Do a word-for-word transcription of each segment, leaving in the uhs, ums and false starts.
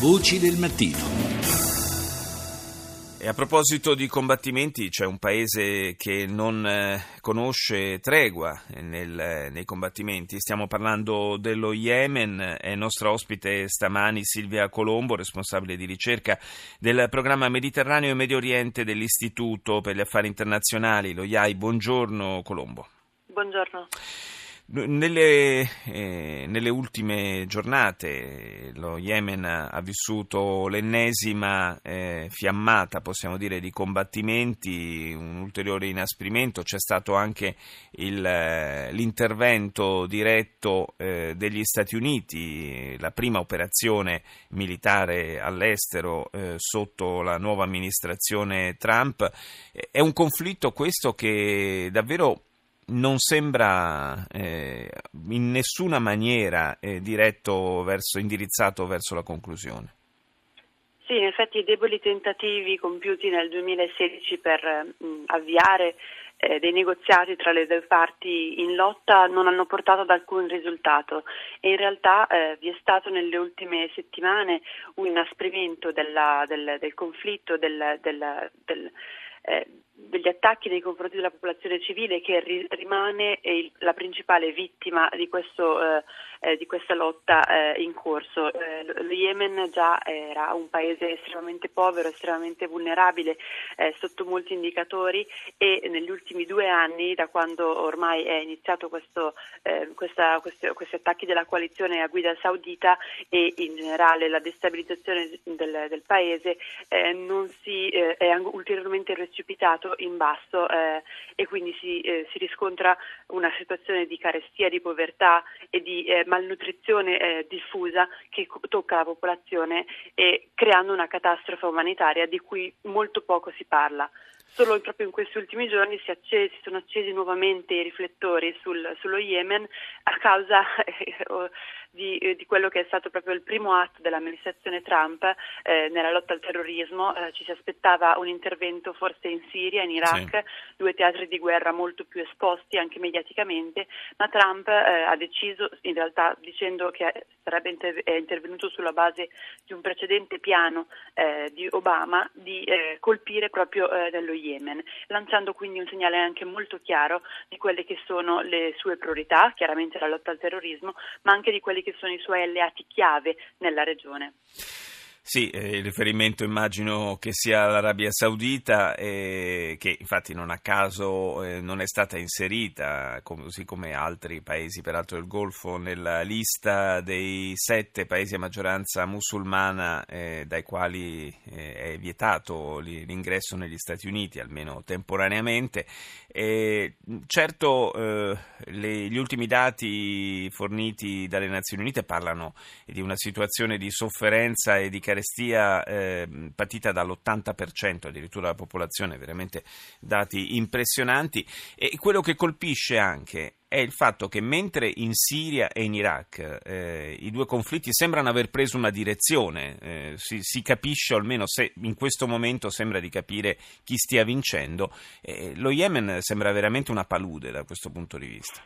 Voci del mattino. E a proposito di combattimenti, c'è un paese che non eh, conosce tregua nel, nei combattimenti. Stiamo parlando dello Yemen. È nostra ospite stamani Silvia Colombo, responsabile di ricerca del programma Mediterraneo e Medio Oriente dell'Istituto per gli Affari Internazionali, lo I A I. Buongiorno Colombo. Buongiorno. Nelle, eh, nelle ultime giornate lo Yemen ha vissuto l'ennesima eh, fiammata, possiamo dire, di combattimenti, un ulteriore inasprimento. C'è stato anche il, eh, l'intervento diretto eh, degli Stati Uniti, la prima operazione militare all'estero eh, sotto la nuova amministrazione Trump. È un conflitto questo che davvero non sembra eh, in nessuna maniera eh, diretto verso, indirizzato verso la conclusione. Sì, in effetti i deboli tentativi compiuti nel duemilasedici per mh, avviare eh, dei negoziati tra le due parti in lotta non hanno portato ad alcun risultato e in realtà eh, vi è stato nelle ultime settimane un inasprimento della, del, del conflitto, del, del, del eh, degli attacchi nei confronti della popolazione civile che ri- rimane il, la principale vittima di, questo, eh, eh, di questa lotta eh, in corso. Eh, lo Yemen già era un paese estremamente povero, estremamente vulnerabile eh, sotto molti indicatori e negli ultimi due anni, da quando ormai è iniziato questo, eh, questa, questi, questi attacchi della coalizione a guida saudita e in generale la destabilizzazione del, del paese, eh, non si, eh, è ulteriormente precipitato in basso eh, e quindi si, eh, si riscontra una situazione di carestia, di povertà e di eh, malnutrizione eh, diffusa che co- tocca la popolazione e creando una catastrofe umanitaria di cui molto poco si parla. Solo proprio in questi ultimi giorni si, accesi, si sono accesi nuovamente i riflettori sul, sullo Yemen a causa eh, di, eh, di quello che è stato proprio il primo atto dell'amministrazione Trump eh, nella lotta al terrorismo. Eh, ci si aspettava un intervento forse in Siria, in Iraq, sì. Due teatri di guerra molto più esposti anche mediaticamente, ma Trump eh, ha deciso, in realtà dicendo che sarebbe inter- è intervenuto sulla base di un precedente piano eh, di Obama, di eh, colpire proprio eh, nello Yemen, lanciando quindi un segnale anche molto chiaro di quelle che sono le sue priorità, chiaramente la lotta al terrorismo, ma anche di quelli che sono i suoi alleati chiave nella regione. Sì, eh, il riferimento immagino che sia l'Arabia Saudita, eh, che infatti non a caso eh, non è stata inserita, così come altri paesi peraltro del Golfo, nella lista dei sette paesi a maggioranza musulmana eh, dai quali eh, è vietato l'ingresso negli Stati Uniti, almeno temporaneamente. E, certo, eh, le, gli ultimi dati forniti dalle Nazioni Unite parlano di una situazione di sofferenza e di carestia eh, patita dall'ottanta per cento addirittura della popolazione, veramente dati impressionanti. E quello che colpisce anche è il fatto che mentre in Siria e in Iraq eh, i due conflitti sembrano aver preso una direzione, eh, si, si capisce, o almeno se in questo momento sembra di capire chi stia vincendo, eh, lo Yemen sembra veramente una palude da questo punto di vista.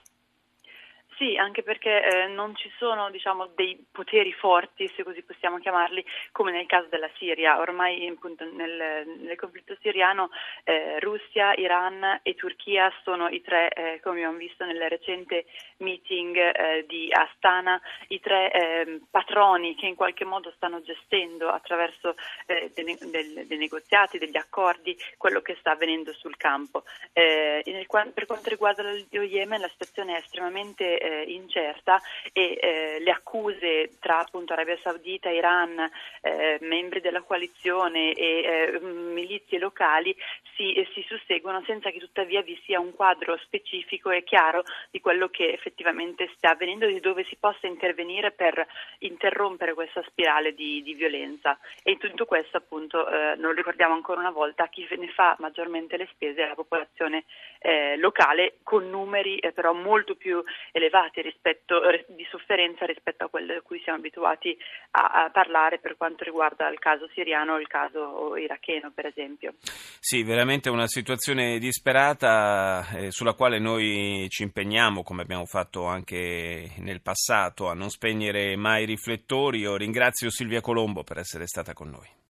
Sì, anche perché eh, non ci sono, diciamo, dei poteri forti, se così possiamo chiamarli, come nel caso della Siria. Ormai appunto nel, nel conflitto siriano eh, Russia, Iran e Turchia sono i tre, eh, come abbiamo visto nel recente meeting eh, di Astana, i tre eh, patroni che in qualche modo stanno gestendo attraverso eh, dei, dei, dei negoziati, degli accordi, quello che sta avvenendo sul campo. Eh, nel, per quanto riguarda lo Yemen la situazione è estremamente Eh, incerta e eh, le accuse tra appunto Arabia Saudita, Iran, eh, membri della coalizione e eh, milizie locali si, eh, si susseguono senza che tuttavia vi sia un quadro specifico e chiaro di quello che effettivamente sta avvenendo e di dove si possa intervenire per interrompere questa spirale di, di violenza. E in tutto questo appunto eh, non ricordiamo ancora una volta chi ne fa maggiormente le spese è la popolazione eh, locale, con numeri eh, però molto più elevati elevati rispetto, di sofferenza rispetto a quello a cui siamo abituati a, a parlare per quanto riguarda il caso siriano o il caso iracheno, per esempio. Sì, veramente una situazione disperata eh, sulla quale noi ci impegniamo, come abbiamo fatto anche nel passato, a non spegnere mai i riflettori. Io ringrazio Silvia Colombo per essere stata con noi.